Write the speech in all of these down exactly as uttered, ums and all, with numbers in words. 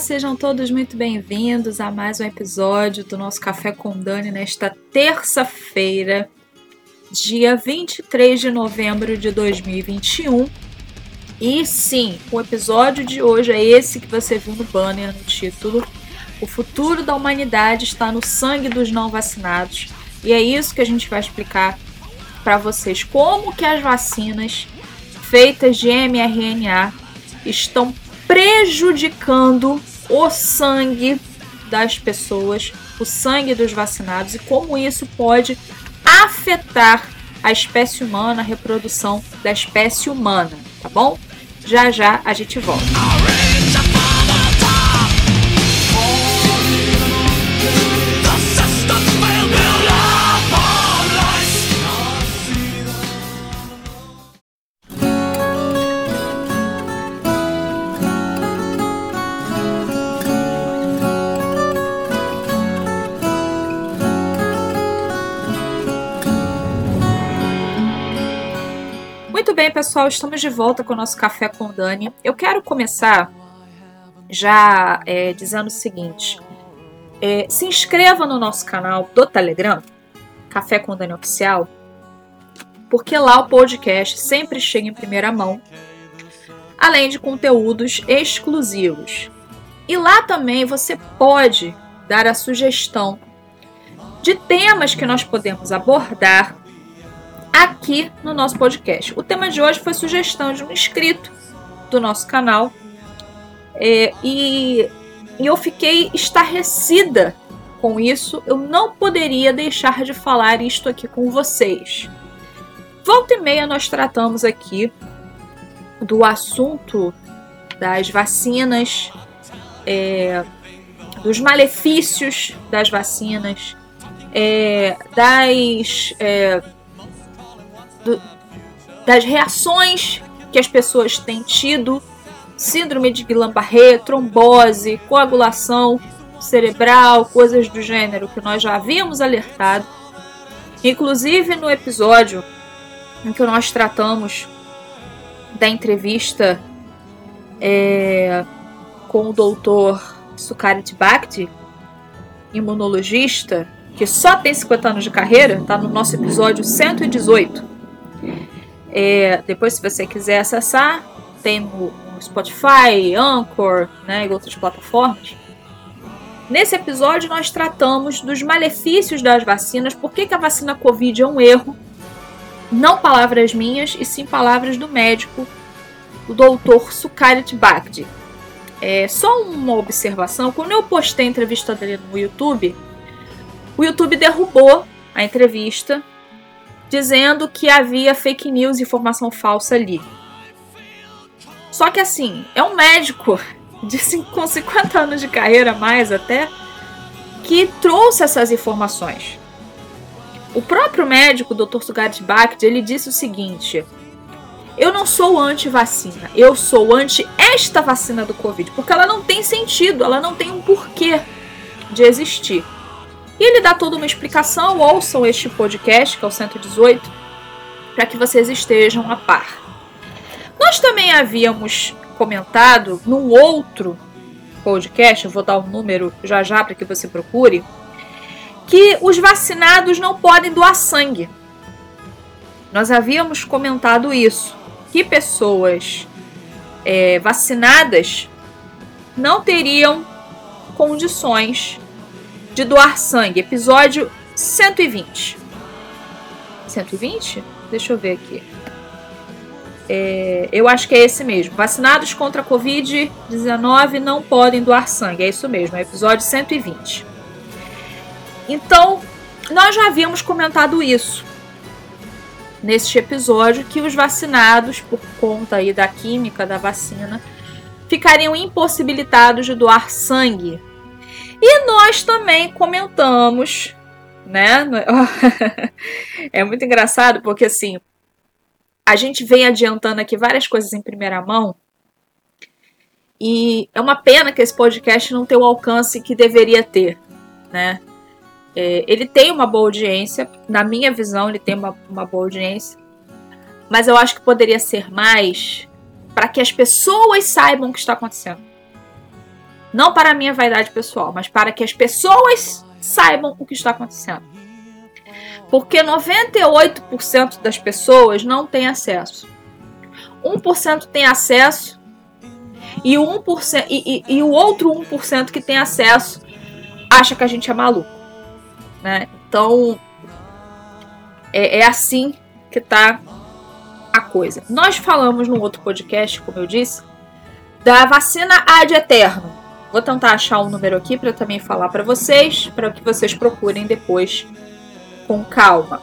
sejam todos muito bem-vindos a mais um episódio do nosso Café com Dani nesta terça-feira, dia vinte e três de novembro de dois mil e vinte e um. E sim, o episódio de hoje é esse que você viu no banner, no título. O futuro da humanidade está no sangue dos não vacinados. E é isso que a gente vai explicar para vocês. Como que as vacinas feitas de M R N A estão prejudicando o sangue das pessoas, o sangue dos vacinados, e como isso pode afetar a espécie humana, a reprodução da espécie humana, tá bom? Já já a gente volta. Muito bem, pessoal, estamos de volta com o nosso Café com Dani. Eu quero começar já é, dizendo o seguinte. É, se inscreva no nosso canal do Telegram, Café com Dani Oficial, porque lá o podcast sempre chega em primeira mão, além de conteúdos exclusivos. E lá também você pode dar a sugestão de temas que nós podemos abordar aqui no nosso podcast. O tema de hoje foi sugestão de um inscrito do nosso canal é, e, e eu fiquei estarrecida com isso. Eu não poderia deixar de falar isto aqui com vocês. Volta e meia nós tratamos aqui do assunto das vacinas, é, dos malefícios das vacinas, é, das... É, Do, das reações que as pessoas têm tido, síndrome de Guillain-Barré, trombose, coagulação cerebral, coisas do gênero que nós já havíamos alertado. Inclusive no episódio em que nós tratamos da entrevista é, com o doutor Sukharit Bhakdi, imunologista, que só tem cinquenta anos de carreira, está no nosso episódio cento e dezoito. É, depois, se você quiser acessar, tem no, no Spotify, Anchor, né, e outras plataformas. Nesse episódio nós tratamos dos malefícios das vacinas, por que que a vacina Covid é um erro, não palavras minhas, e sim palavras do médico, o doutor Sukharit Bhakdi. É, só uma observação, quando eu postei a entrevista dele no YouTube, o YouTube derrubou a entrevista, dizendo que havia fake news, informação falsa ali. Só que assim, é um médico de com cinquenta anos de carreira, mais até, que trouxe essas informações. O próprio médico, o doutor Sukharit Bhakdi, ele disse o seguinte: eu não sou anti-vacina, eu sou anti esta vacina do Covid, porque ela não tem sentido, ela não tem um porquê de existir. E ele dá toda uma explicação. Ouçam este podcast, que é o cento e dezoito, para que vocês estejam a par. Nós também havíamos comentado num outro podcast, eu vou dar o um número já já para que você procure, que os vacinados não podem doar sangue. Nós havíamos comentado isso, que pessoas é, vacinadas não teriam condições de doar sangue. Episódio cento e vinte. cento e vinte? Deixa eu ver aqui. É, eu acho que é esse mesmo. Vacinados contra a covid dezenove não podem doar sangue. É isso mesmo, é episódio cento e vinte. Então, nós já havíamos comentado isso neste episódio, que os vacinados, por conta aí da química da vacina, ficariam impossibilitados de doar sangue. E nós também comentamos, né? É muito engraçado porque assim, a gente vem adiantando aqui várias coisas em primeira mão e é uma pena que esse podcast não tenha o alcance que deveria ter, né? É, ele tem uma boa audiência, na minha visão ele tem uma, uma boa audiência, mas eu acho que poderia ser mais para que as pessoas saibam o que está acontecendo. Não para a minha vaidade pessoal, mas para que as pessoas saibam o que está acontecendo. Porque noventa e oito por cento das pessoas não têm acesso. um por cento tem acesso e o, um por cento, e, e, e o outro um por cento que tem acesso acha que a gente é maluco. Né? Então, é, é assim que tá a coisa. Nós falamos no outro podcast, como eu disse, da vacina ad eterno. Vou tentar achar um número aqui para também falar para vocês, para que vocês procurem depois com calma.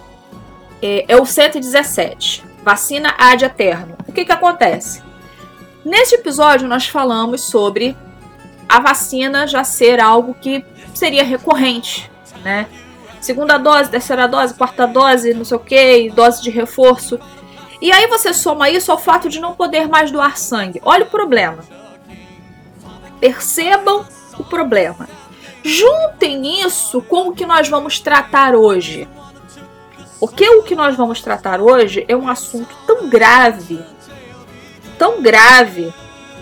É, é o cento e dezessete. Vacina ad eterno. O que que acontece? Neste episódio nós falamos sobre a vacina já ser algo que seria recorrente, né? Segunda dose, terceira dose, quarta dose, não sei o que, dose de reforço. E aí você soma isso ao fato de não poder mais doar sangue. Olha o problema. Percebam o problema. Juntem isso com o que nós vamos tratar hoje. Porque o que nós vamos tratar hoje é um assunto tão grave, tão grave,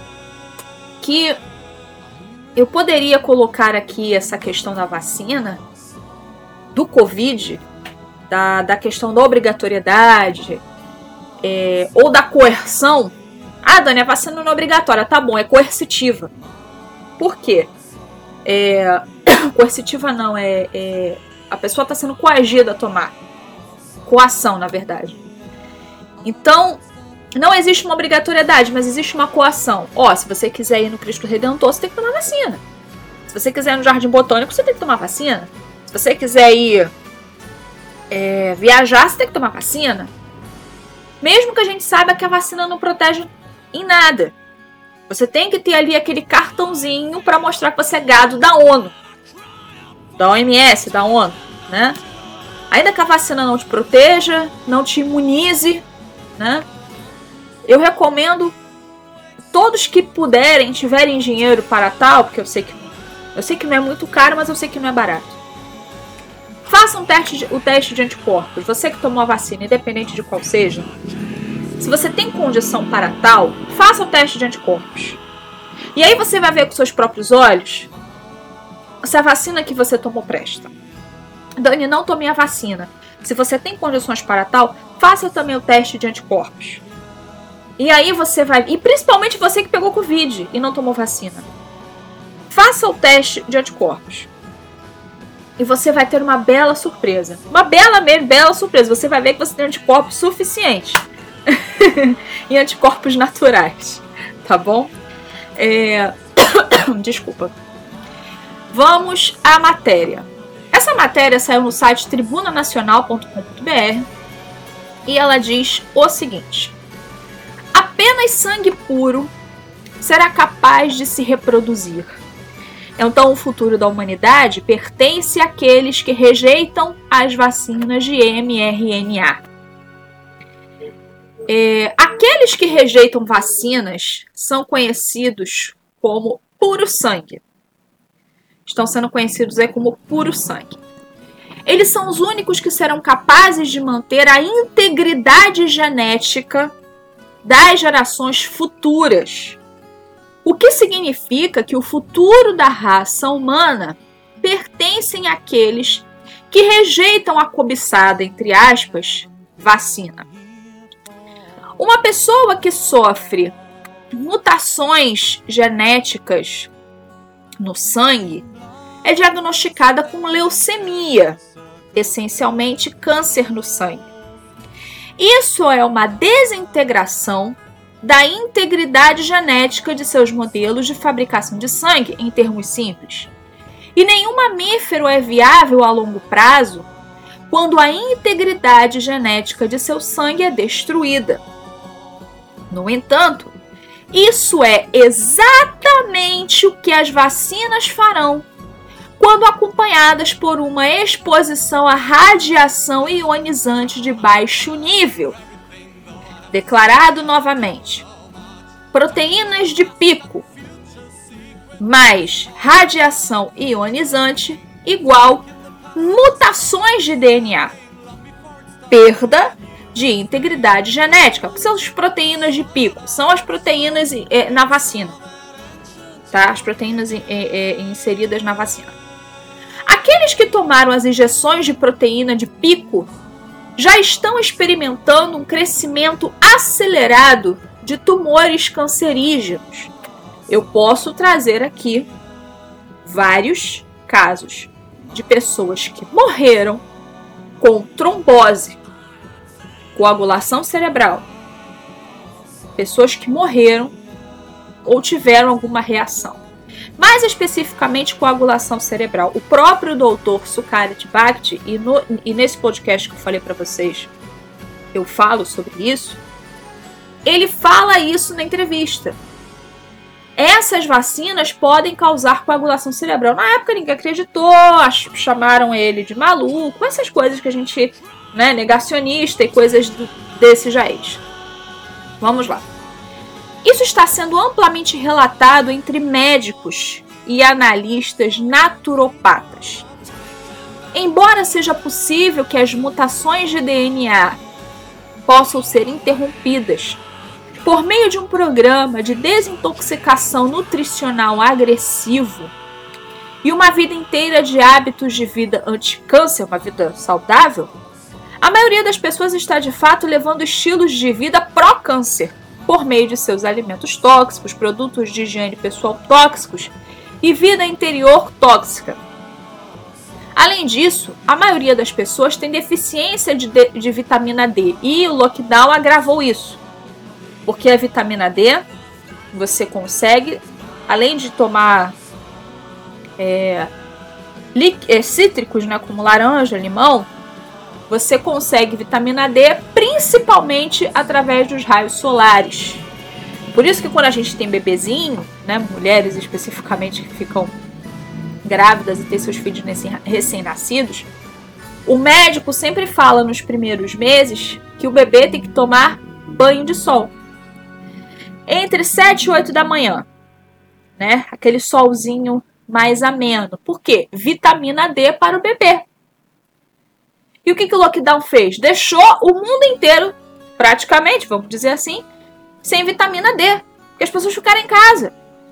que eu poderia colocar aqui essa questão da vacina, do Covid, da, da questão da obrigatoriedade, é, ou da coerção. Ah, Dani, a vacina não é obrigatória. Tá bom, é coercitiva. Por quê? É, coercitiva não, é, é a pessoa está sendo coagida a tomar. Coação, na verdade. Então, não existe uma obrigatoriedade, mas existe uma coação. Ó, se você quiser ir no Cristo Redentor, você tem que tomar vacina. Se você quiser ir no Jardim Botânico, você tem que tomar vacina. Se você quiser ir é, viajar, você tem que tomar vacina. Mesmo que a gente saiba que a vacina não protege em nada. Você tem que ter ali aquele cartãozinho para mostrar que você é gado da ONU. Da O M S, da ONU, né? Ainda que a vacina não te proteja, não te imunize, né? Eu recomendo todos que puderem, tiverem dinheiro para tal, porque eu sei que eu sei que não é muito caro, mas eu sei que não é barato. Façam um teste de, o teste de anticorpos. Você que tomou a vacina, independente de qual seja, se você tem condição para tal, faça o teste de anticorpos. E aí você vai ver com seus próprios olhos se a vacina que você tomou presta. Dani, não tomei a vacina. Se você tem condições para tal, faça também o teste de anticorpos. E aí você vai... E principalmente você que pegou Covid e não tomou vacina. Faça o teste de anticorpos. E você vai ter uma bela surpresa. Uma bela mesmo, bela surpresa. Você vai ver que você tem anticorpos suficientes. E anticorpos naturais. Tá bom? É... Desculpa. Vamos à matéria. Essa matéria saiu no site tribuna nacional ponto com ponto b r e ela diz o seguinte: apenas sangue puro será capaz de se reproduzir. Então, o futuro da humanidade pertence àqueles que rejeitam as vacinas de mRNA. É, aqueles que rejeitam vacinas são conhecidos como puro sangue. Estão sendo conhecidos aí como puro sangue. Eles são os únicos que serão capazes de manter a integridade genética das gerações futuras. O que significa que o futuro da raça humana pertencem àqueles que rejeitam a cobiçada, entre aspas, vacina. Uma pessoa que sofre mutações genéticas no sangue é diagnosticada com leucemia, essencialmente câncer no sangue. Isso é uma desintegração da integridade genética de seus modelos de fabricação de sangue, em termos simples. E nenhum mamífero é viável a longo prazo quando a integridade genética de seu sangue é destruída. No entanto, isso é exatamente o que as vacinas farão quando acompanhadas por uma exposição à radiação ionizante de baixo nível. Declarado novamente: proteínas de pico mais radiação ionizante igual mutações de D N A. Perda de integridade genética. O que são as proteínas de pico? São as proteínas na vacina. tá? As proteínas é, é, inseridas na vacina. Aqueles que tomaram as injeções de proteína de pico já estão experimentando um crescimento acelerado de tumores cancerígenos. Eu posso trazer aqui vários casos de pessoas que morreram com trombose, coagulação cerebral, pessoas que morreram ou tiveram alguma reação. Mais especificamente, coagulação cerebral. O próprio doutor Sukharit Bhakti, e, no, e nesse podcast que eu falei para vocês, eu falo sobre isso, ele fala isso na entrevista. Essas vacinas podem causar coagulação cerebral. Na época ninguém acreditou, chamaram ele de maluco, essas coisas que a gente, né, negacionista e coisas do, desse jaez. Vamos lá. Isso está sendo amplamente relatado entre médicos e analistas naturopatas. Embora seja possível que as mutações de D N A possam ser interrompidas por meio de um programa de desintoxicação nutricional agressivo e uma vida inteira de hábitos de vida anti-câncer, uma vida saudável, a maioria das pessoas está de fato levando estilos de vida pró-câncer por meio de seus alimentos tóxicos, produtos de higiene pessoal tóxicos e vida interior tóxica. Além disso, a maioria das pessoas tem deficiência de, de, de vitamina D e o lockdown agravou isso. Porque a vitamina D, você consegue, além de tomar é, li, é, cítricos, né, como laranja, limão, você consegue vitamina D principalmente através dos raios solares. Por isso que quando a gente tem bebezinho, né, mulheres especificamente que ficam grávidas e têm seus filhos recém-nascidos, o médico sempre fala nos primeiros meses que o bebê tem que tomar banho de sol. Entre sete e oito da manhã, né? Aquele solzinho mais ameno. Por quê? Vitamina D para o bebê. E o que, que o lockdown fez? Deixou o mundo inteiro, praticamente, vamos dizer assim, sem vitamina D. Porque as pessoas ficaram em casa.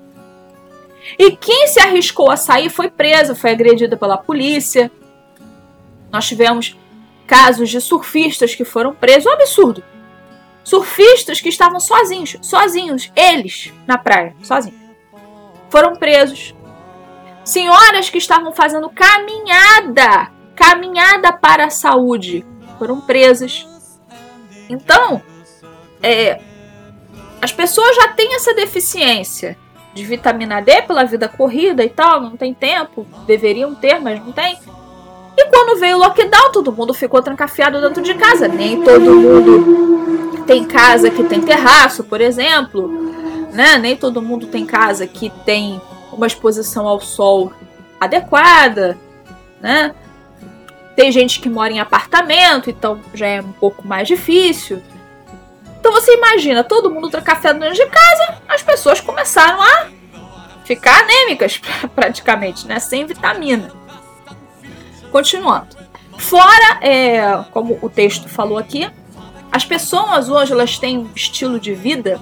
E quem se arriscou a sair foi preso, foi agredido pela polícia. Nós tivemos casos de surfistas que foram presos. Um absurdo. Surfistas que estavam sozinhos, sozinhos, eles, na praia, sozinhos. Foram presos. Senhoras que estavam fazendo caminhada, caminhada para a saúde, foram presas. Então, é, as pessoas já têm essa deficiência de vitamina D pela vida corrida e tal, não tem tempo, deveriam ter, mas não tem. E quando veio o lockdown, todo mundo ficou trancafiado dentro de casa. Nem todo mundo tem casa que tem terraço, por exemplo, né? Nem todo mundo tem casa que tem uma exposição ao sol adequada, né? Tem gente que mora em apartamento, então já é um pouco mais difícil. Então você imagina, todo mundo trancafiado dentro de casa, as pessoas começaram a ficar anêmicas praticamente, né? Sem vitamina. Continuando. Fora, é, como o texto falou aqui, as pessoas hoje elas têm um estilo de vida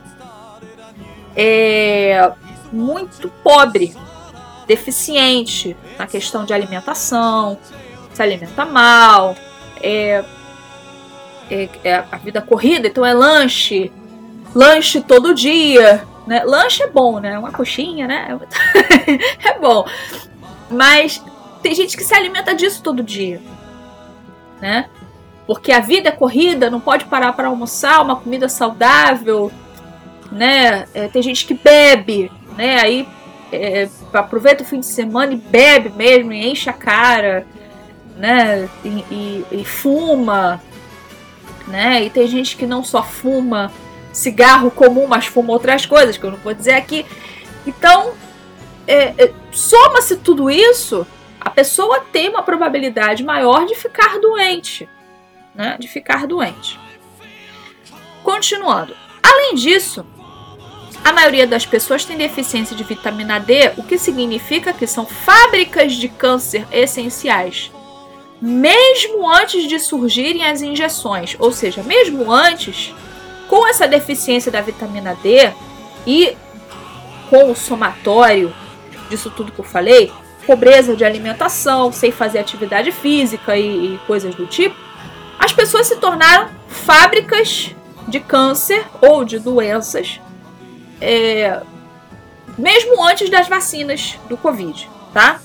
é, muito pobre, deficiente na questão de alimentação, se alimenta mal, é, é, é a vida corrida, então é lanche, lanche todo dia, né? Lanche é bom, né? Uma coxinha, né? É bom, mas tem gente que se alimenta disso todo dia, né? Porque a vida é corrida, não pode parar para almoçar, uma comida saudável, né? É, tem gente que bebe, né? Aí é, aproveita o fim de semana e bebe mesmo, e enche a cara, né? E, e, e fuma, né? E tem gente que não só fuma cigarro comum, mas fuma outras coisas, que eu não vou dizer aqui. Então, é, é, soma-se tudo isso, a pessoa tem uma probabilidade maior de ficar doente, né? De ficar doente. Continuando. Além disso, a maioria das pessoas tem deficiência de vitamina D, o que significa que são fábricas de câncer essenciais, mesmo antes de surgirem as injeções. Ou seja, mesmo antes, com essa deficiência da vitamina D e com o somatório disso tudo que eu falei, pobreza de alimentação, sem fazer atividade física e, e coisas do tipo, as pessoas se tornaram fábricas de câncer ou de doenças, é, mesmo antes das vacinas do Covid, tá?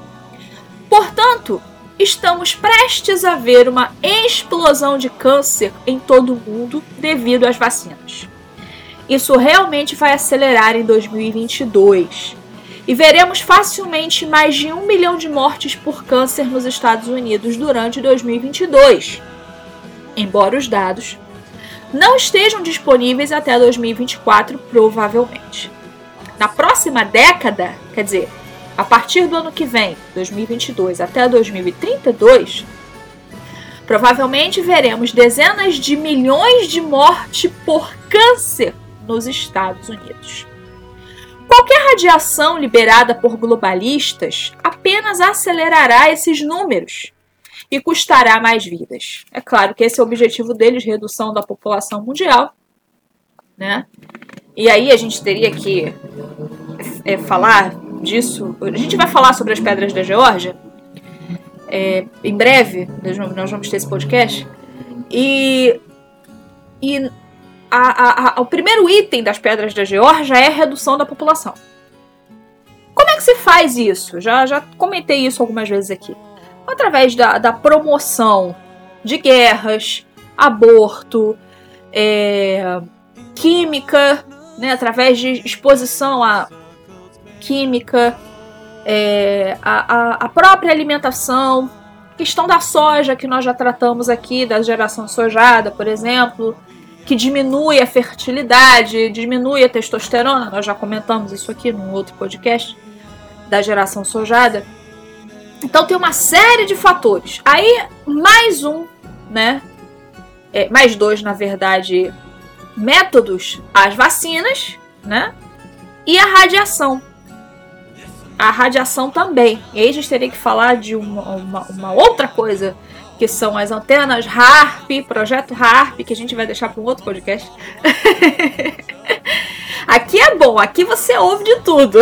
Portanto, estamos prestes a ver uma explosão de câncer em todo o mundo devido às vacinas. Isso realmente vai acelerar em dois mil e vinte e dois. E veremos facilmente mais de um milhão de mortes por câncer nos Estados Unidos durante dois mil e vinte e dois. Embora os dados não estejam disponíveis até dois mil e vinte e quatro, provavelmente. Na próxima década, quer dizer, a partir do ano que vem, dois mil e vinte e dois, até dois mil e trinta e dois, provavelmente veremos dezenas de milhões de mortes por câncer nos Estados Unidos. Qualquer radiação liberada por globalistas apenas acelerará esses números e custará mais vidas. É claro que esse é o objetivo deles, redução da população mundial, né? E aí a gente teria que é, falar disso. A gente vai falar sobre as pedras da Geórgia é, em breve, nós vamos ter esse podcast. E, e A, a, a, o primeiro item das pedras da Geórgia é a redução da população. Como é que se faz isso? Já, já comentei isso algumas vezes aqui. Através da, da promoção de guerras, aborto, é, química, né, através de exposição à química, é, a, a, a própria alimentação, questão da soja, que nós já tratamos aqui, da geração sojada, por exemplo, que diminui a fertilidade, diminui a testosterona. Nós já comentamos isso aqui num outro podcast da geração sojada. Então tem uma série de fatores. Aí mais um, né? É, mais dois, na verdade, métodos: as vacinas, né? E a radiação. A radiação também. E aí a gente teria que falar de uma, uma, uma outra coisa, que são as antenas HAARP, projeto HAARP, que a gente vai deixar para um outro podcast. Aqui é bom, aqui você ouve de tudo.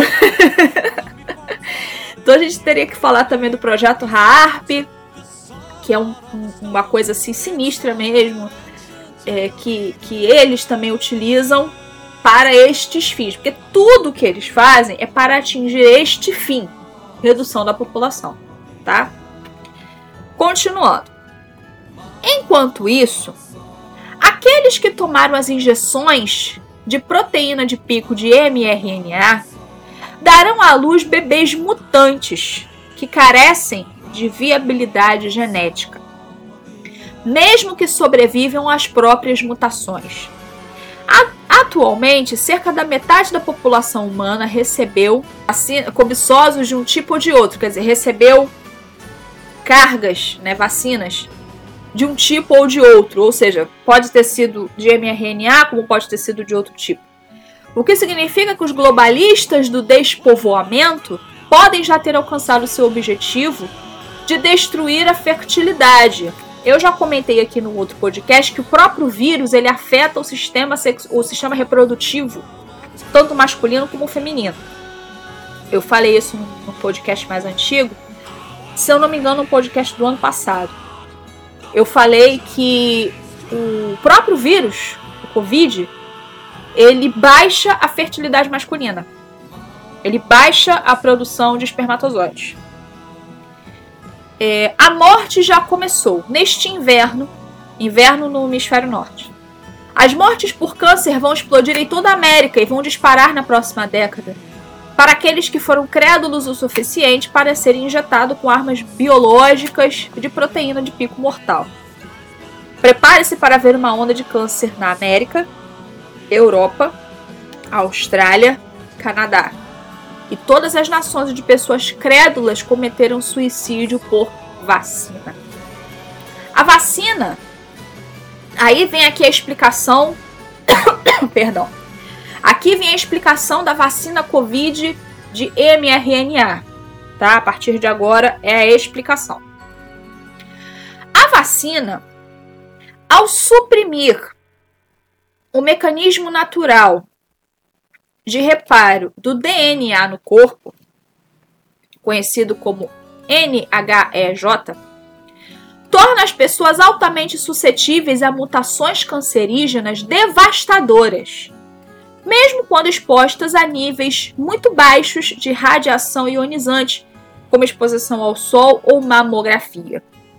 Então a gente teria que falar também do projeto HAARP, que é um, um, uma coisa assim sinistra mesmo, é, que, que eles também utilizam para estes fins. Porque tudo que eles fazem é para atingir este fim, redução da população, tá? Continuando. Enquanto isso, aqueles que tomaram as injeções de proteína de pico de mRNA darão à luz bebês mutantes que carecem de viabilidade genética, mesmo que sobrevivam às próprias mutações. Atualmente, cerca da metade da população humana recebeu assim, cobiçosos de um tipo ou de outro, quer dizer, recebeu cargas, né, vacinas, de um tipo ou de outro, ou seja, pode ter sido de mRNA, como pode ter sido de outro tipo. O que significa que os globalistas do despovoamento podem já ter alcançado seu objetivo de destruir a fertilidade. Eu já comentei aqui no outro podcast que o próprio vírus ele afeta o sistema, sexu- o sistema reprodutivo, tanto masculino como feminino. Eu falei isso no podcast mais antigo, se eu não me engano, no podcast do ano passado. Eu falei que o próprio vírus, o Covid, ele baixa a fertilidade masculina. Ele baixa a produção de espermatozoides. É, a morte já começou neste inverno, inverno no hemisfério norte. As mortes por câncer vão explodir em toda a América e vão disparar na próxima década para aqueles que foram crédulos o suficiente para serem injetados com armas biológicas de proteína de pico mortal. Prepare-se para ver uma onda de câncer na América, Europa, Austrália, Canadá. E todas as nações de pessoas crédulas cometeram suicídio por vacina. A vacina, aí vem aqui a explicação, perdão, aqui vem a explicação da vacina Covid de mRNA, tá? A partir de agora é a explicação. A vacina, ao suprimir o mecanismo natural de reparo do D N A no corpo, conhecido como N H E J, torna as pessoas altamente suscetíveis a mutações cancerígenas devastadoras, mesmo quando expostas a níveis muito baixos de radiação ionizante, como exposição ao sol ou mamografia.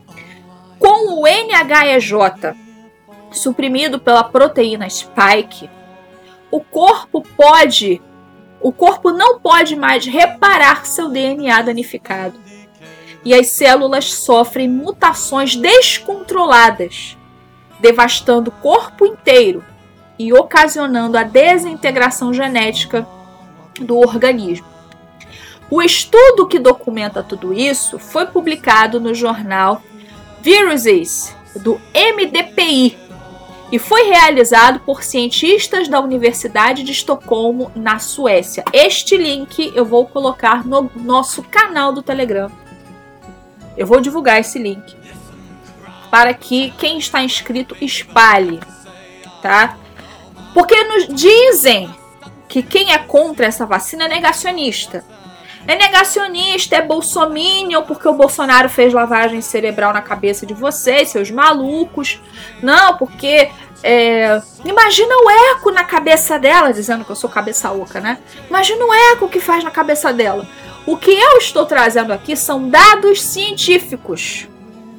Com o N H E J suprimido pela proteína spike, o corpo pode, o corpo não pode mais reparar seu D N A danificado. E as células sofrem mutações descontroladas, devastando o corpo inteiro e ocasionando a desintegração genética do organismo. O estudo que documenta tudo isso foi publicado no jornal Viruses, do M D P I, e foi realizado por cientistas da Universidade de Estocolmo, na Suécia. Este link eu vou colocar no nosso canal do Telegram. Eu vou divulgar esse link para que quem está inscrito espalhe, tá? Porque nos dizem que quem é contra essa vacina é negacionista. É negacionista, é bolsominion, porque o Bolsonaro fez lavagem cerebral na cabeça de vocês, seus malucos. Não, porque... É, imagina o eco na cabeça dela, dizendo que eu sou cabeça oca, né? Imagina o eco que faz na cabeça dela. O que eu estou trazendo aqui são dados científicos.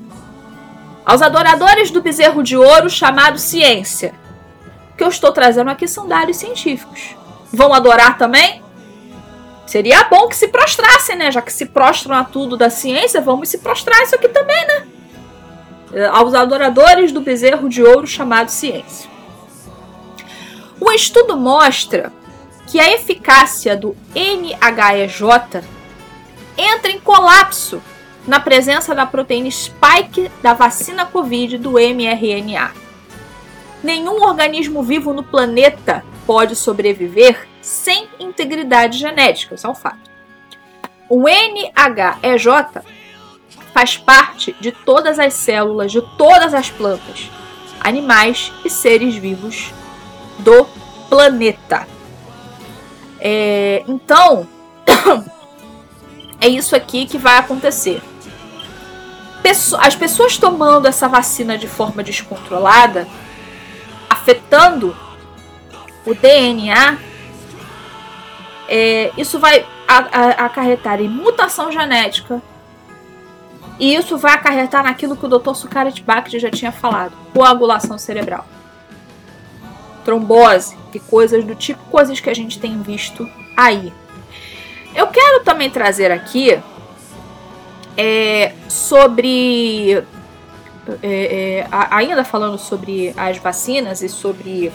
Aos adoradores do bezerro de ouro chamado ciência, o que eu estou trazendo aqui são dados científicos. Vão adorar também? Seria bom que se prostrassem, né? Já que se prostram a tudo da ciência, vamos se prostrar isso aqui também, né? Aos adoradores do bezerro de ouro chamado ciência. O estudo mostra que a eficácia do N H E J entra em colapso na presença da proteína spike da vacina Covid do mRNA. Nenhum organismo vivo no planeta pode sobreviver sem integridade genética, isso é um fato. O N H E J faz parte de todas as células de todas as plantas, animais e seres vivos do planeta. É, então, é isso aqui que vai acontecer. As pessoas tomando essa vacina de forma descontrolada, afetando o D N A, é, isso vai a, a, acarretar em mutação genética. E isso vai acarretar naquilo que o doutor Sucharit Bhakdi já tinha falado. Coagulação cerebral. Trombose e coisas do tipo, coisas que a gente tem visto aí. Eu quero também trazer aqui é, sobre... É, é, ainda falando sobre as vacinas e sobre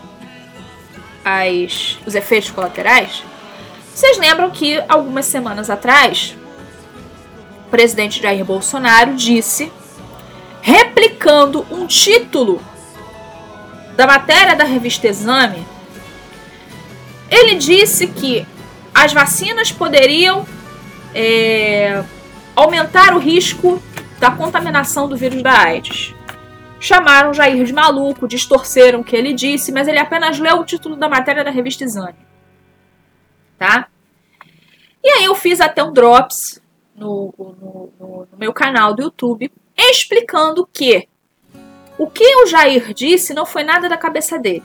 as, os efeitos colaterais. Vocês lembram que algumas semanas atrás... o presidente Jair Bolsonaro disse, replicando um título da matéria da revista Exame, ele disse que as vacinas poderiam é, aumentar o risco da contaminação do vírus da AIDS. Chamaram Jair de maluco, distorceram o que ele disse, mas ele apenas leu o título da matéria da revista Exame. Tá? E aí eu fiz até um drops No, no, no, no meu canal do YouTube, explicando que o que o Jair disse não foi nada da cabeça dele.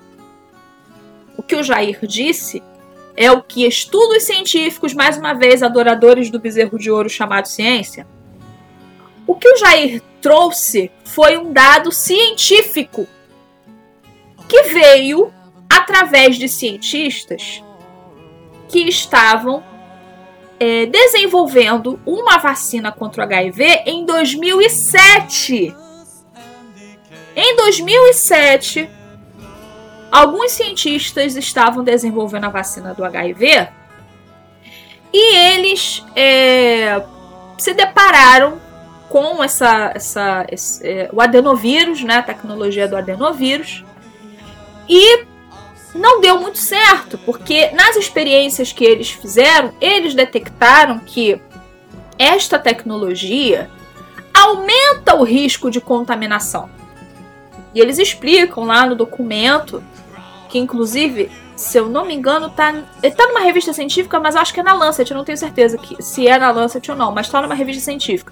O que o Jair disse é o que estudos científicos, mais uma vez, adoradores do bezerro de ouro chamado ciência, o que o Jair trouxe foi um dado científico que veio através de cientistas que estavam É, desenvolvendo uma vacina contra o H I V em dois mil e sete. Em dois mil e sete, alguns cientistas estavam desenvolvendo a vacina do H I V e eles é, se depararam com essa, essa, esse, é, o adenovírus, né, a tecnologia do adenovírus, e não deu muito certo, porque nas experiências que eles fizeram, eles detectaram que esta tecnologia aumenta o risco de contaminação. E eles explicam lá no documento, que inclusive se eu não me engano, tá, ele tá numa revista científica, mas acho que é na Lancet, eu não tenho certeza que, se é na Lancet ou não, mas tá numa revista científica.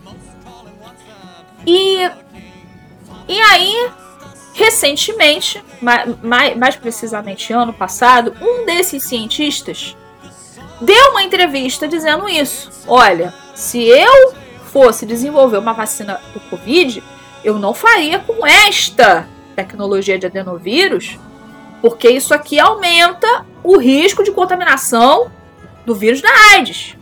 E, e aí, recentemente, mais, mais precisamente ano passado, um desses cientistas deu uma entrevista dizendo isso. Olha, se eu fosse desenvolver uma vacina do Covid, eu não faria com esta tecnologia de adenovírus, porque isso aqui aumenta o risco de contaminação do vírus da AIDS.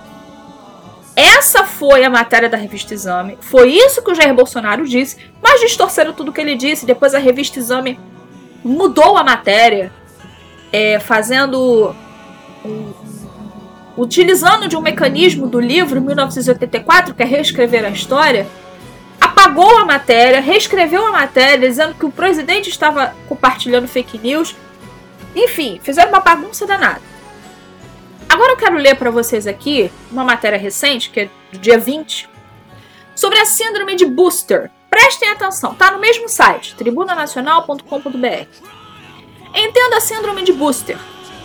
Essa foi a matéria da revista Exame, foi isso que o Jair Bolsonaro disse, mas distorceram tudo que ele disse. Depois a revista Exame mudou a matéria, é, fazendo... Um, utilizando de um mecanismo do livro mil novecentos e oitenta e quatro, que é reescrever a história, apagou a matéria, reescreveu a matéria, dizendo que o presidente estava compartilhando fake news. Enfim, fizeram uma bagunça danada. Agora eu quero ler para vocês aqui uma matéria recente, que é do dia vinte, sobre a síndrome de Buster. Prestem atenção, tá no mesmo site, tribuna nacional ponto com ponto b r. Entenda a síndrome de Buster.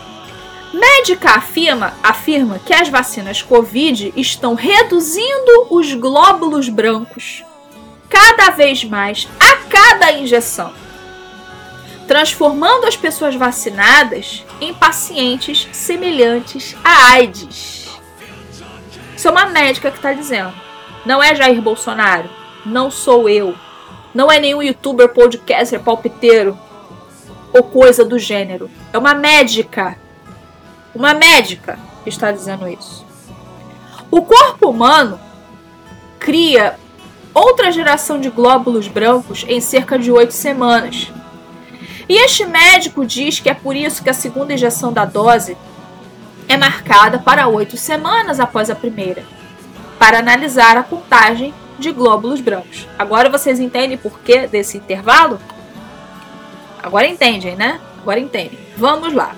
Médica afirma, afirma que as vacinas Covid estão reduzindo os glóbulos brancos cada vez mais a cada injeção, transformando as pessoas vacinadas em pacientes semelhantes a AIDS. Isso é uma médica que está dizendo. Não é Jair Bolsonaro, não sou eu, não é nenhum youtuber, podcaster, palpiteiro ou coisa do gênero. É uma médica. Uma médica está dizendo isso. O corpo humano cria outra geração de glóbulos brancos em cerca de oito semanas. E este médico diz que é por isso que a segunda injeção da dose é marcada para oito semanas após a primeira, para analisar a contagem de glóbulos brancos. Agora vocês entendem por que desse intervalo? Agora entendem, né? Agora entendem. Vamos lá.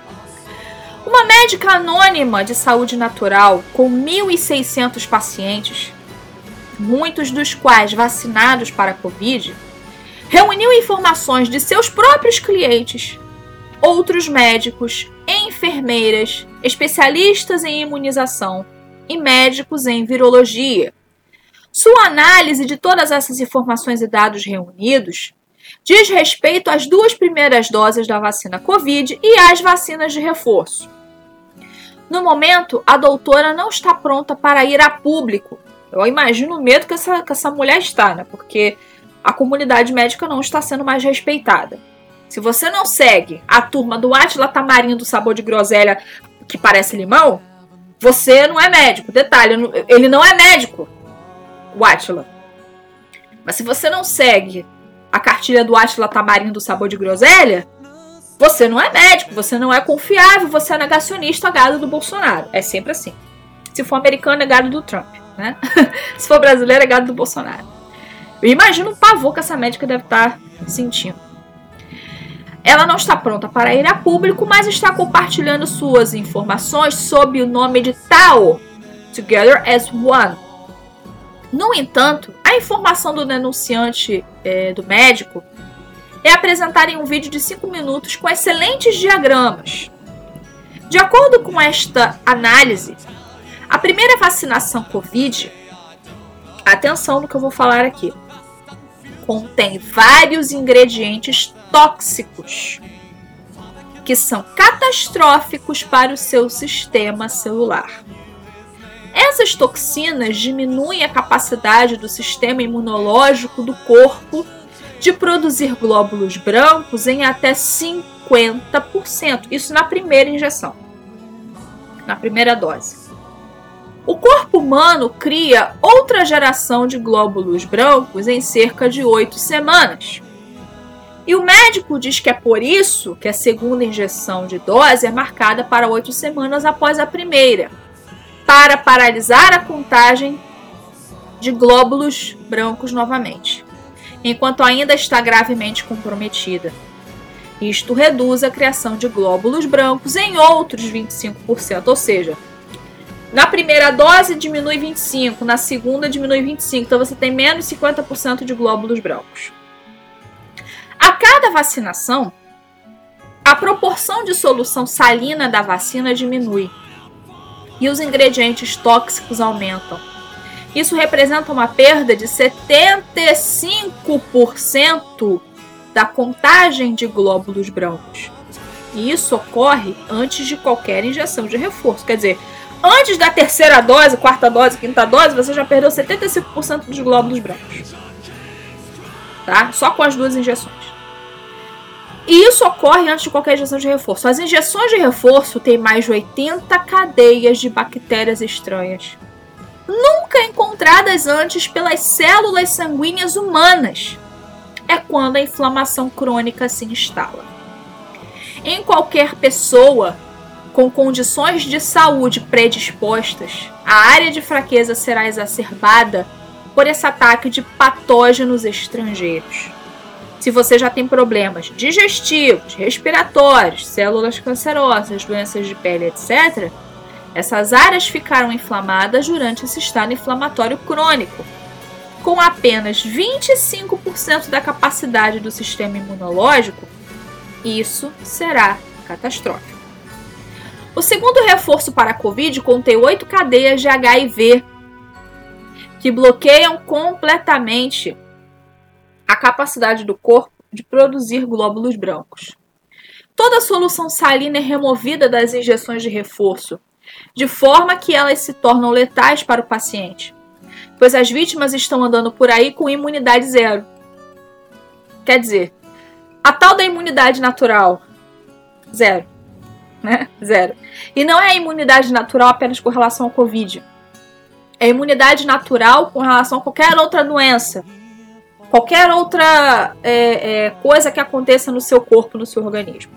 Uma médica anônima de saúde natural com mil e seiscentos pacientes, muitos dos quais vacinados para a Covid, reuniu informações de seus próprios clientes, outros médicos, enfermeiras, especialistas em imunização e médicos em virologia. Sua análise de todas essas informações e dados reunidos diz respeito às duas primeiras doses da vacina Covid e às vacinas de reforço. No momento, a doutora não está pronta para ir a público. Eu imagino o medo que essa, que essa mulher está, né? Porque a comunidade médica não está sendo mais respeitada. Se você não segue a turma do Átila Tamarindo sabor de groselha que parece limão, você não é médico. Detalhe, ele não é médico, o Átila. Mas se você não segue a cartilha do Átila Tamarindo sabor de groselha, você não é médico, você não é confiável, você é negacionista, gado do Bolsonaro. É sempre assim. Se for americano, é gado do Trump, né? Se for brasileiro, é gado do Bolsonaro. Eu imagino o pavor que essa médica deve estar sentindo. Ela não está pronta para ir a público, mas está compartilhando suas informações sob o nome de T A O, Together as One. No entanto, a informação do denunciante é, do médico é apresentada em um vídeo de cinco minutos com excelentes diagramas. De acordo com esta análise, a primeira vacinação Covid, atenção no que eu vou falar aqui, contém vários ingredientes tóxicos que são catastróficos para o seu sistema celular. Essas toxinas diminuem a capacidade do sistema imunológico do corpo de produzir glóbulos brancos em até cinquenta por cento. Isso na primeira injeção, na primeira dose. O corpo humano cria outra geração de glóbulos brancos em cerca de oito semanas. E o médico diz que é por isso que a segunda injeção de dose é marcada para oito semanas após a primeira, para paralisar a contagem de glóbulos brancos novamente, enquanto ainda está gravemente comprometida. Isto reduz a criação de glóbulos brancos em outros vinte e cinco por cento, ou seja, na primeira dose diminui vinte e cinco por cento, na segunda diminui vinte e cinco por cento, então você tem menos cinquenta por cento de glóbulos brancos. A cada vacinação, a proporção de solução salina da vacina diminui e os ingredientes tóxicos aumentam. Isso representa uma perda de setenta e cinco por cento da contagem de glóbulos brancos. E isso ocorre antes de qualquer injeção de reforço. Quer dizer, antes da terceira dose, quarta dose, quinta dose, você já perdeu setenta e cinco por cento dos glóbulos brancos. Tá? Só com as duas injeções. E isso ocorre antes de qualquer injeção de reforço. As injeções de reforço têm mais de oitenta cadeias de bactérias estranhas, nunca encontradas antes pelas células sanguíneas humanas. É quando a inflamação crônica se instala. Em qualquer pessoa com condições de saúde predispostas, a área de fraqueza será exacerbada por esse ataque de patógenos estrangeiros. Se você já tem problemas digestivos, respiratórios, células cancerosas, doenças de pele, etcétera, essas áreas ficaram inflamadas durante esse estado inflamatório crônico, com apenas vinte e cinco por cento da capacidade do sistema imunológico. Isso será catastrófico. O segundo reforço para a Covid contém oito cadeias de H I V que bloqueiam completamente a capacidade do corpo de produzir glóbulos brancos. Toda a solução salina é removida das injeções de reforço, de forma que elas se tornam letais para o paciente, pois as vítimas estão andando por aí com imunidade zero. Quer dizer, a tal da imunidade natural, zero, né? Zero. E não é a imunidade natural apenas com relação ao Covid. É a imunidade natural com relação a qualquer outra doença, qualquer outra é, é, coisa que aconteça no seu corpo, no seu organismo.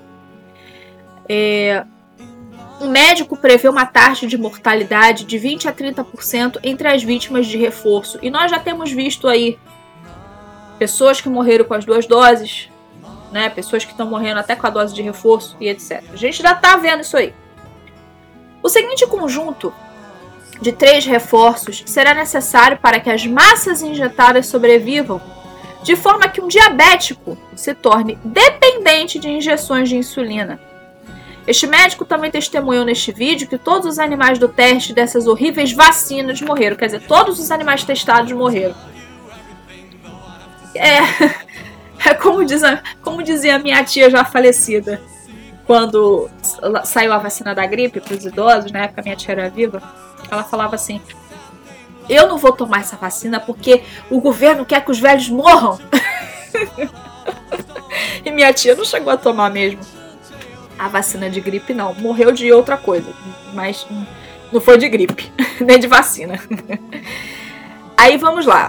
É, um médico prevê uma taxa de mortalidade de vinte a trinta por cento entre as vítimas de reforço. E nós já temos visto aí pessoas que morreram com as duas doses, né? Pessoas que estão morrendo até com a dose de reforço e etcétera. A gente já está vendo isso aí. O seguinte conjunto de três reforços será necessário para que as massas injetadas sobrevivam, de forma que um diabético se torne dependente de injeções de insulina. Este médico também testemunhou neste vídeo que todos os animais do teste dessas horríveis vacinas morreram. Quer dizer, todos os animais testados morreram. É, é como, diz a, como dizia a minha tia já falecida, quando saiu a vacina da gripe para os idosos, na época minha tia era viva, ela falava assim: eu não vou tomar essa vacina porque o governo quer que os velhos morram. E minha tia não chegou a tomar mesmo a vacina de gripe, não. Morreu de outra coisa, mas não foi de gripe, nem de vacina. Aí vamos lá.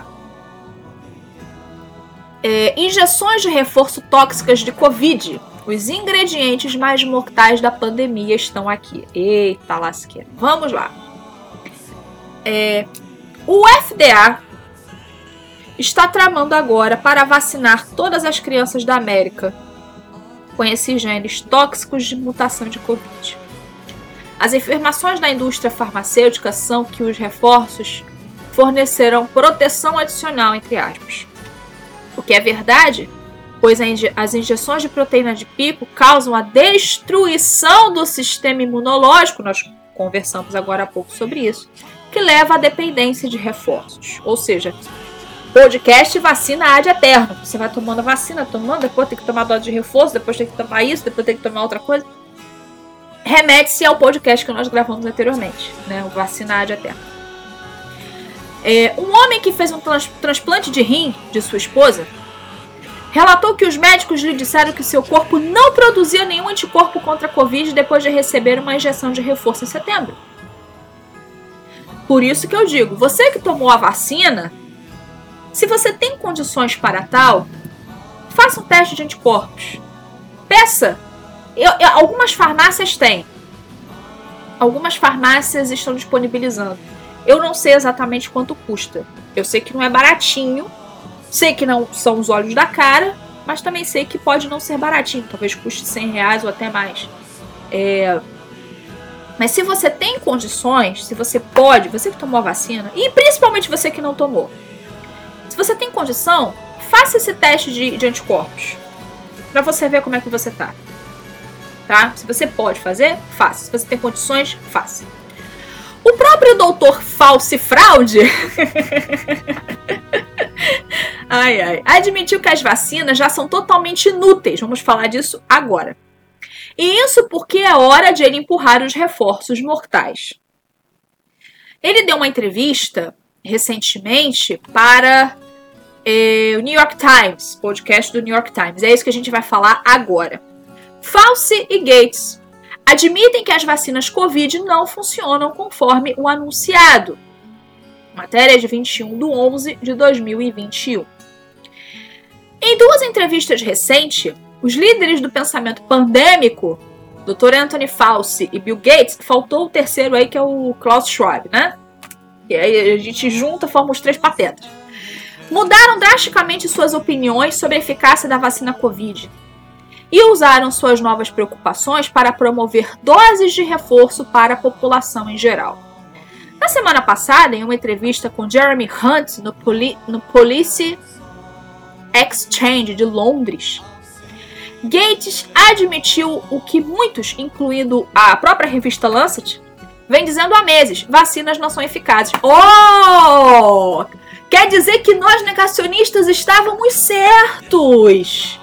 É, injeções de reforço tóxicas de Covid. Os ingredientes mais mortais da pandemia estão aqui. Eita lasqueira. Vamos lá. É, o F D A está tramando agora para vacinar todas as crianças da América com esses genes tóxicos de mutação de Covid. As afirmações da indústria farmacêutica são que os reforços fornecerão proteção adicional, entre aspas. O que é verdade, pois as injeções de proteína de pico causam a destruição do sistema imunológico, nós conversamos agora há pouco sobre isso, que leva à dependência de reforços. Ou seja, podcast vacina ad eterno. Você vai tomando a vacina, tomando, depois tem que tomar dose de reforço, depois tem que tomar isso, depois tem que tomar outra coisa. Remete-se ao podcast que nós gravamos anteriormente, né? O vacina ad eterno. É, um homem que fez um trans- transplante de rim de sua esposa relatou que os médicos lhe disseram que seu corpo não produzia nenhum anticorpo contra a Covid depois de receber uma injeção de reforço em setembro. Por isso que eu digo, você que tomou a vacina, se você tem condições para tal, faça um teste de anticorpos. Peça. Eu, eu, algumas farmácias têm. Algumas farmácias estão disponibilizando. Eu não sei exatamente quanto custa. Eu sei que não é baratinho. Sei que não são os olhos da cara. Mas também sei que pode não ser baratinho. Talvez custe cem reais ou até mais. É... Mas se você tem condições, se você pode, você que tomou a vacina, e principalmente você que não tomou, se você tem condição, faça esse teste de, de anticorpos. Pra você ver como é que você tá. tá? Se você pode fazer, faça. Se você tem condições, faça. O próprio doutor Fauci Fraude ai, ai, admitiu que as vacinas já são totalmente inúteis. Vamos falar disso agora. E isso porque é hora de ele empurrar os reforços mortais. Ele deu uma entrevista recentemente para eh, o New York Times, podcast do New York Times. É isso que a gente vai falar agora. Fauci e Gates admitem que as vacinas Covid não funcionam conforme o anunciado. Matéria de vinte e um de onze de dois mil e vinte e um. Em duas entrevistas recentes, os líderes do pensamento pandêmico, doutor Anthony Fauci e Bill Gates, faltou o terceiro aí que é o Klaus Schwab, né? E aí a gente junta, forma os três patetas. Mudaram drasticamente suas opiniões sobre a eficácia da vacina Covid e usaram suas novas preocupações para promover doses de reforço para a população em geral. Na semana passada, em uma entrevista com Jeremy Hunt no, Poli- no Policy Exchange de Londres, Gates admitiu o que muitos, incluindo a própria revista Lancet, vem dizendo há meses: vacinas não são eficazes. Oh! Quer dizer que nós negacionistas estávamos certos.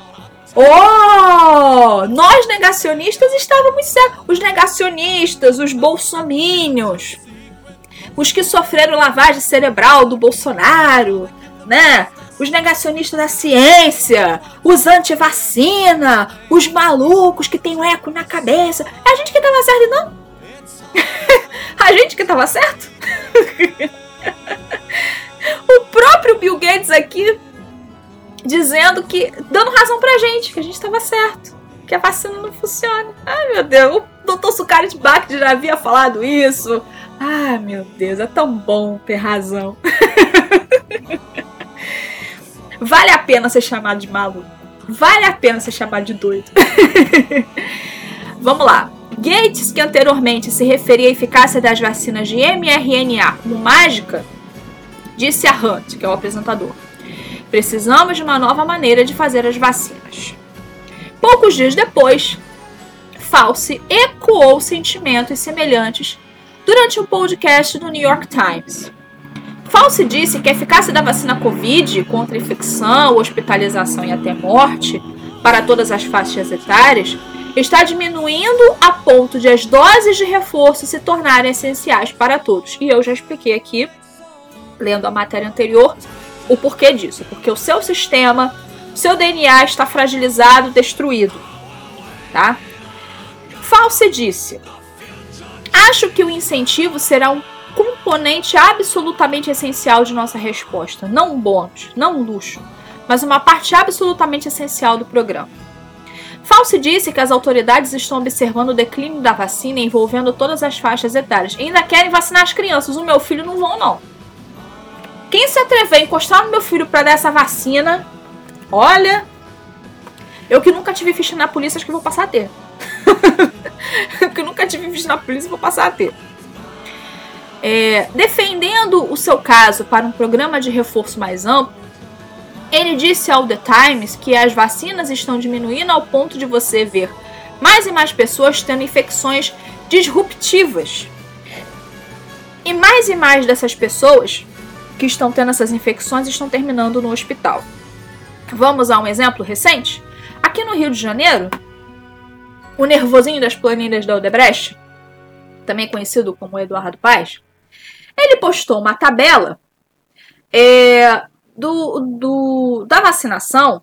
Oh! Nós negacionistas estávamos certos. Os negacionistas, os bolsomínios, os que sofreram lavagem cerebral do Bolsonaro, né? Os negacionistas da ciência, os anti-vacina, os malucos que tem um eco na cabeça. É a gente que estava certo, não? A gente que estava certo? O próprio Bill Gates aqui dizendo que, dando razão pra gente, que a gente estava certo, que a vacina não funciona. Ai, meu Deus, o doutor Sucari de Bach já havia falado isso. Ai, meu Deus, é tão bom ter razão. Vale a pena ser chamado de maluco. Vale a pena ser chamado de doido. Vamos lá. Gates, que anteriormente se referia à eficácia das vacinas de mRNA como mágica, disse a Hunt, que é o apresentador: precisamos de uma nova maneira de fazer as vacinas. Poucos dias depois, Fauci ecoou sentimentos semelhantes durante um podcast do New York Times. Fauci disse que a eficácia da vacina Covid contra infecção, hospitalização e até morte para todas as faixas etárias está diminuindo a ponto de as doses de reforço se tornarem essenciais para todos. E eu já expliquei aqui, lendo a matéria anterior, o porquê disso. Porque o seu sistema, o seu D N A está fragilizado, destruído. Tá? Fauci disse: acho que o incentivo será um componente absolutamente essencial de nossa resposta. Não um bônus, não um luxo, mas uma parte absolutamente essencial do programa. Fauci disse que as autoridades estão observando o declínio da vacina envolvendo todas as faixas etárias. E ainda querem vacinar as crianças. O meu filho não vão, não. Quem se atrever a encostar no meu filho para dar essa vacina, olha, eu que nunca tive ficha na polícia, acho que vou passar a ter. Eu que nunca tive ficha na polícia, vou passar a ter. É, defendendo o seu caso para um programa de reforço mais amplo, ele disse ao The Times que as vacinas estão diminuindo ao ponto de você ver mais e mais pessoas tendo infecções disruptivas. E mais e mais dessas pessoas que estão tendo essas infecções estão terminando no hospital. Vamos a um exemplo recente? Aqui no Rio de Janeiro, o nervosinho das planilhas da Odebrecht, também conhecido como Eduardo Paes, ele postou uma tabela é, do, do, da vacinação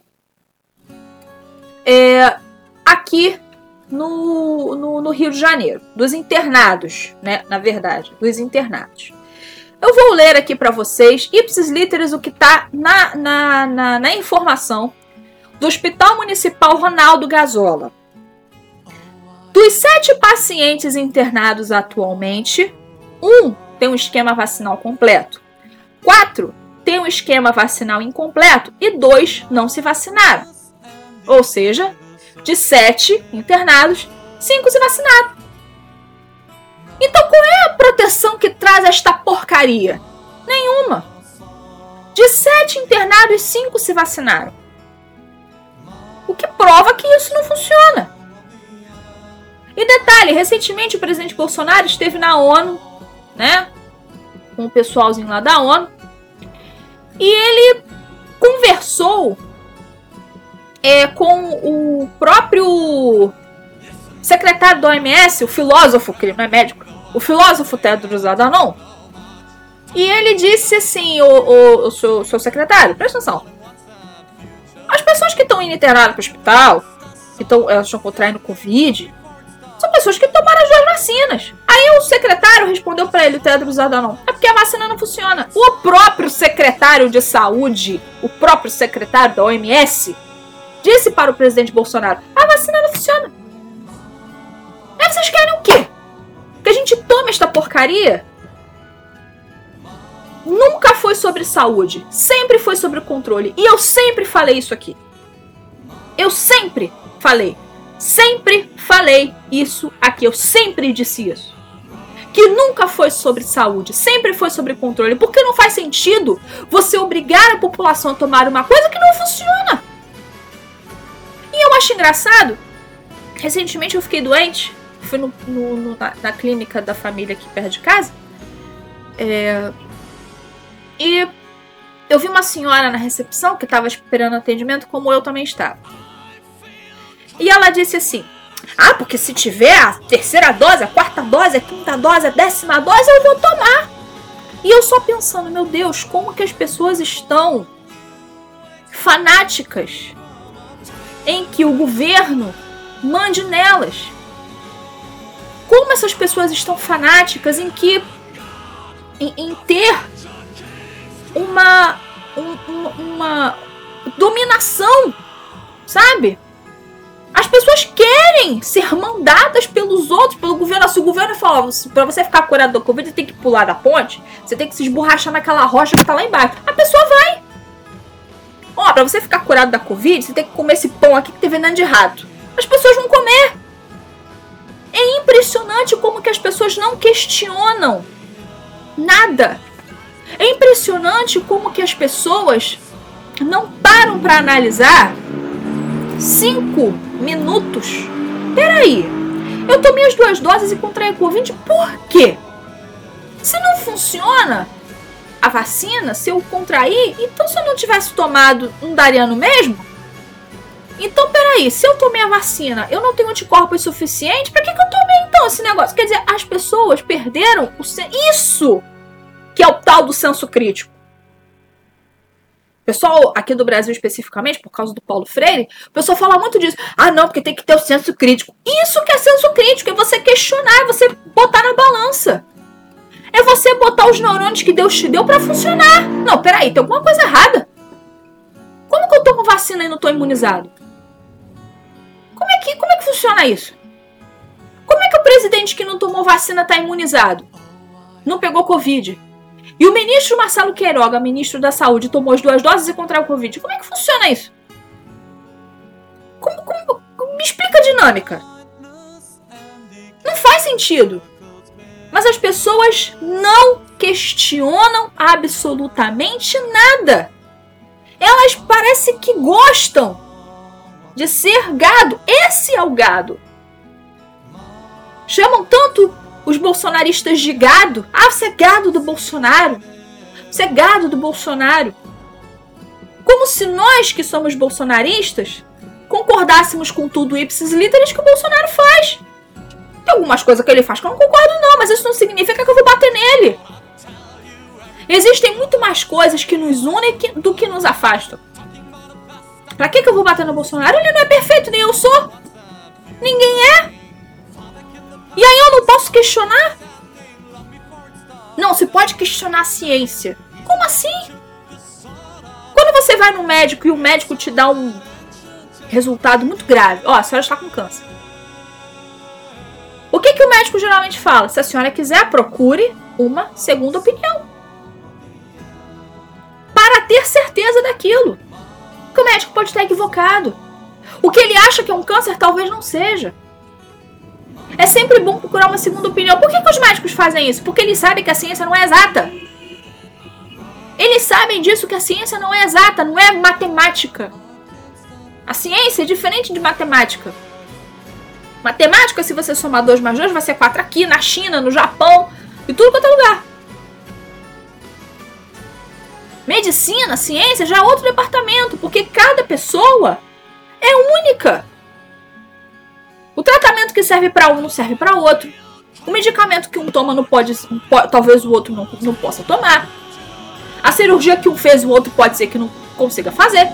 é, aqui no, no, no Rio de Janeiro, dos internados, né? Na verdade, dos internados. Eu vou ler aqui para vocês, ipsis literis, o que está na, na, na, na informação do Hospital Municipal Ronaldo Gazola. Dos sete pacientes internados atualmente, um tem um esquema vacinal completo, quatro tem um esquema vacinal incompleto e dois não se vacinaram. Ou seja, de sete internados, cinco se vacinaram. Então qual é a proteção que traz esta porcaria? Nenhuma. De sete internados, cinco se vacinaram. O que prova que isso não funciona. E detalhe, recentemente o presidente Bolsonaro esteve na ONU, né? Com o pessoalzinho lá da ONU. E ele conversou é, com o próprio secretário da O M S, o filósofo, que ele não é médico, o filósofo Tedros Adhanom. E ele disse assim, o, o, o seu, seu secretário, presta atenção. As pessoas que estão indo internadas para o hospital, que tão, elas estão contraindo Covid, são pessoas que tomaram as duas vacinas. Aí o secretário respondeu para ele, o Tedros Adhanom, é porque a vacina não funciona. O próprio secretário de saúde, o próprio secretário da O M S, disse para o presidente Bolsonaro, a vacina não funciona. Aí vocês querem o quê? Que a gente tome esta porcaria? Nunca foi sobre saúde, sempre foi sobre o controle. E eu sempre falei isso aqui. Eu sempre falei. Sempre falei isso aqui. Eu sempre disse isso. Que nunca foi sobre saúde, sempre foi sobre controle. Porque não faz sentido você obrigar a população a tomar uma coisa que não funciona. E eu acho engraçado. Recentemente eu fiquei doente. Fui no, no, no, na, na clínica da família aqui perto de casa. É... E eu vi uma senhora na recepção que estava esperando atendimento, como eu também estava. E ela disse assim, ah, porque se tiver a terceira dose, a quarta dose, a quinta dose, a décima dose, eu vou tomar. E eu só pensando, meu Deus, como que as pessoas estão fanáticas em que o governo mande nelas. Como essas pessoas estão fanáticas em que em, em ter uma, um, uma dominação, sabe? As pessoas querem ser mandadas pelos outros, pelo governo. Se o governo fala, pra você ficar curado da Covid, você tem que pular da ponte, você tem que se esborrachar naquela rocha que tá lá embaixo. A pessoa vai. Ó, pra você ficar curado da Covid, você tem que comer esse pão aqui que tem veneno de rato. As pessoas vão comer. É impressionante como que as pessoas não questionam nada. É impressionante como que as pessoas não param para analisar cinco minutos. Peraí, eu tomei as duas doses e contraí a Covid, por quê? Se não funciona a vacina, se eu contrair, então se eu não tivesse tomado, não daria no mesmo? Então, peraí, se eu tomei a vacina, eu não tenho anticorpos suficientes, pra que, que eu tomei então esse negócio? Quer dizer, as pessoas perderam o sen... isso que é o tal do senso crítico. O pessoal aqui do Brasil especificamente, por causa do Paulo Freire, o pessoal fala muito disso. Ah, não, porque tem que ter o senso crítico. Isso que é senso crítico, é você questionar, é você botar na balança. É você botar os neurônios que Deus te deu pra funcionar. Não, peraí, tem alguma coisa errada. Como que eu tomo vacina e não tô imunizado? Como é que, como é que funciona isso? Como é que o presidente que não tomou vacina tá imunizado? Não pegou Covid? E o ministro Marcelo Queiroga, ministro da Saúde, tomou as duas doses e contraiu o Covid. Como é que funciona isso? Como, como, como, me explica a dinâmica. Não faz sentido. Mas as pessoas não questionam absolutamente nada. Elas parecem que gostam de ser gado. Esse é o gado. Chamam tanto os bolsonaristas de gado. Ah, você é gado do Bolsonaro. Você é gado do Bolsonaro. Como se nós que somos bolsonaristas concordássemos com tudo ipsis literis que o Bolsonaro faz. Tem algumas coisas que ele faz que eu não concordo não, mas isso não significa que eu vou bater nele. Existem muito mais coisas que nos unem do que nos afastam. Pra que, que eu vou bater no Bolsonaro? Ele não é perfeito, nem eu sou. Ninguém é. E aí eu não posso questionar? Não, você pode questionar a ciência. Como assim? Quando você vai no médico e o médico te dá um resultado muito grave. Ó, a senhora está com câncer. O que, que o médico geralmente fala? Se a senhora quiser, procure uma segunda opinião. Para ter certeza daquilo. Porque o médico pode estar equivocado. O que ele acha que é um câncer talvez não seja. É sempre bom procurar uma segunda opinião. Por que, que os médicos fazem isso? Porque eles sabem que a ciência não é exata. Eles sabem disso, que a ciência não é exata, não é matemática. A ciência é diferente de matemática. Matemática, se você somar dois mais dois, vai ser quatro aqui, na China, no Japão, e tudo quanto é lugar. Medicina, ciência, já é outro departamento, porque cada pessoa é única. O tratamento que serve para um não serve para outro. O medicamento que um toma não pode, pode talvez o outro não, não possa tomar. A cirurgia que um fez, o outro pode ser que não consiga fazer.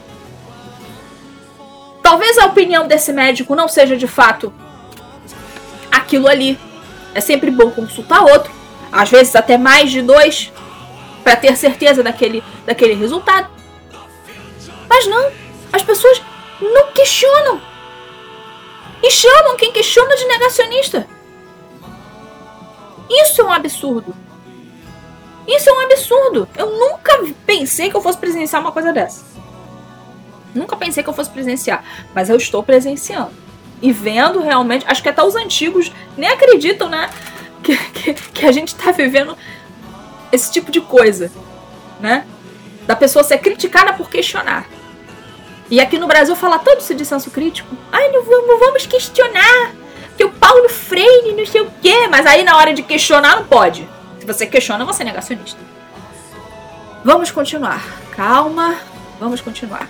Talvez a opinião desse médico não seja de fato aquilo ali. É sempre bom consultar outro, às vezes até mais de dois, para ter certeza daquele, daquele resultado. Mas não, as pessoas não questionam. E chamam quem questiona de negacionista. Isso é um absurdo. Isso é um absurdo. Eu nunca pensei que eu fosse presenciar uma coisa dessa. Nunca pensei que eu fosse presenciar. Mas eu estou presenciando. E vendo realmente... Acho que até os antigos nem acreditam, né? Que, que, que a gente está vivendo esse tipo de coisa. Né? Da pessoa ser criticada por questionar. E aqui no Brasil fala tanto isso de senso crítico. Ai, não vamos, não vamos questionar. Que o Paulo Freire não sei o quê. Mas aí na hora de questionar não pode. Se você questiona, você é negacionista. Vamos continuar. Calma. Vamos continuar.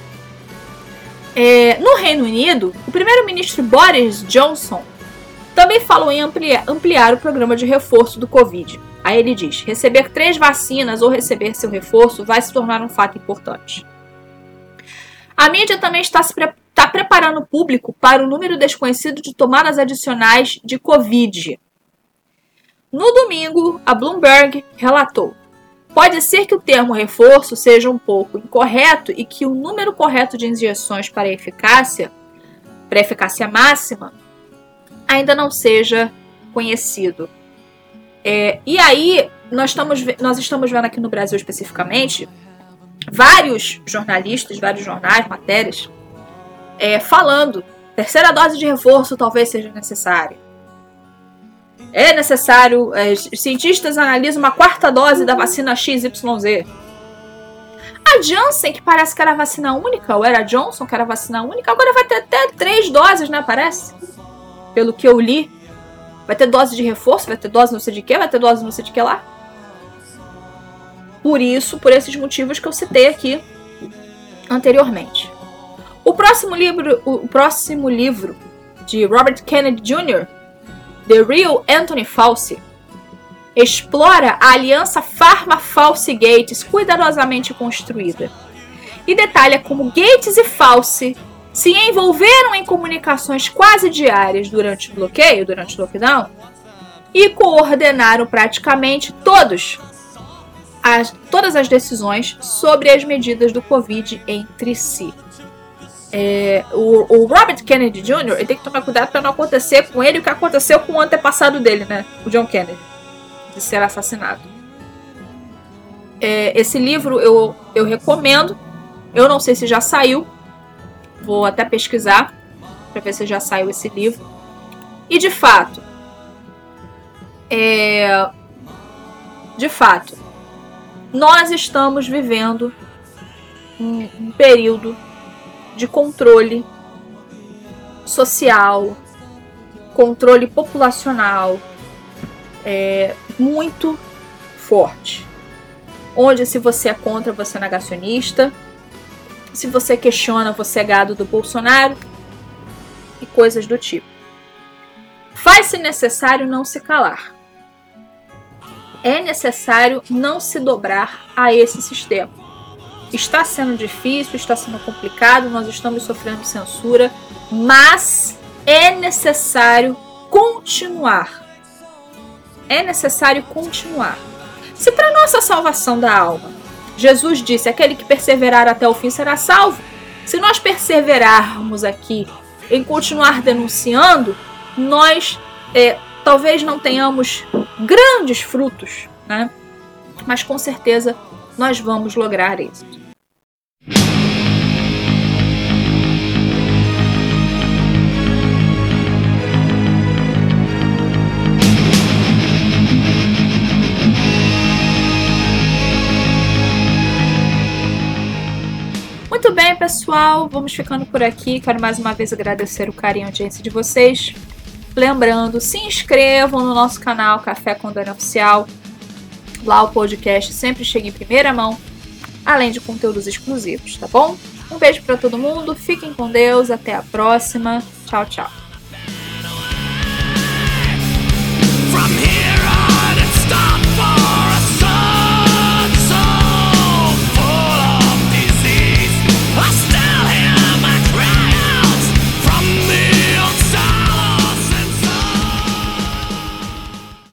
É, no Reino Unido, o primeiro-ministro Boris Johnson também falou em ampliar, ampliar o programa de reforço do Covid. Aí ele diz, receber três vacinas ou receber seu reforço vai se tornar um fato importante. A mídia também está, se pre- está preparando o público para o número desconhecido de tomadas adicionais de Covid. No domingo, a Bloomberg relatou: pode ser que o termo reforço seja um pouco incorreto e que o número correto de injeções para eficácia, para eficácia máxima, ainda não seja conhecido. É, e aí, nós estamos, nós estamos vendo aqui no Brasil especificamente, vários jornalistas, vários jornais, matérias, é, falando, terceira dose de reforço talvez seja necessária. É necessário, é, os cientistas analisam uma quarta dose da vacina X Y Z. A Janssen, que parece que era vacina única, ou era a Johnson, que era vacina única, agora vai ter até três doses, né, parece? Pelo que eu li. Vai ter dose de reforço, vai ter dose não sei de que, vai ter dose não sei de que lá. Por isso, por esses motivos que eu citei aqui anteriormente. O próximo livro, o próximo livro de Robert Kennedy Júnior, The Real Anthony Fauci, explora a aliança Pharma-Fauci-Gates cuidadosamente construída e detalha como Gates e Fauci se envolveram em comunicações quase diárias durante o bloqueio, durante o lockdown, e coordenaram praticamente todos as, todas as decisões sobre as medidas do Covid entre si. É, o, o Robert Kennedy Júnior ele tem que tomar cuidado para não acontecer com ele o que aconteceu com o antepassado dele, né? O John Kennedy, de ser assassinado. É, esse livro eu, eu recomendo. Eu não sei se já saiu. Vou até pesquisar para ver se já saiu esse livro. E de fato, é, de fato, nós estamos vivendo um, um período de controle social, controle populacional é, muito forte. Onde se você é contra, você é negacionista. Se você questiona, você é gado do Bolsonaro. E coisas do tipo. Faz-se necessário não se calar. É necessário não se dobrar a esse sistema. Está sendo difícil, está sendo complicado, nós estamos sofrendo censura, mas é necessário continuar. É necessário continuar. Se para nossa salvação da alma, Jesus disse, aquele que perseverar até o fim será salvo. Se nós perseverarmos aqui em continuar denunciando, nós é, talvez não tenhamos grandes frutos, né? Mas com certeza nós vamos lograr êxito. Muito bem, pessoal, vamos ficando por aqui. Quero mais uma vez agradecer o carinho e a audiência de vocês. Lembrando, se inscrevam no nosso canal Café com Dani Oficial. Lá o podcast sempre chega em primeira mão, além de conteúdos exclusivos, tá bom? Um beijo para todo mundo, fiquem com Deus, até a próxima. Tchau, tchau.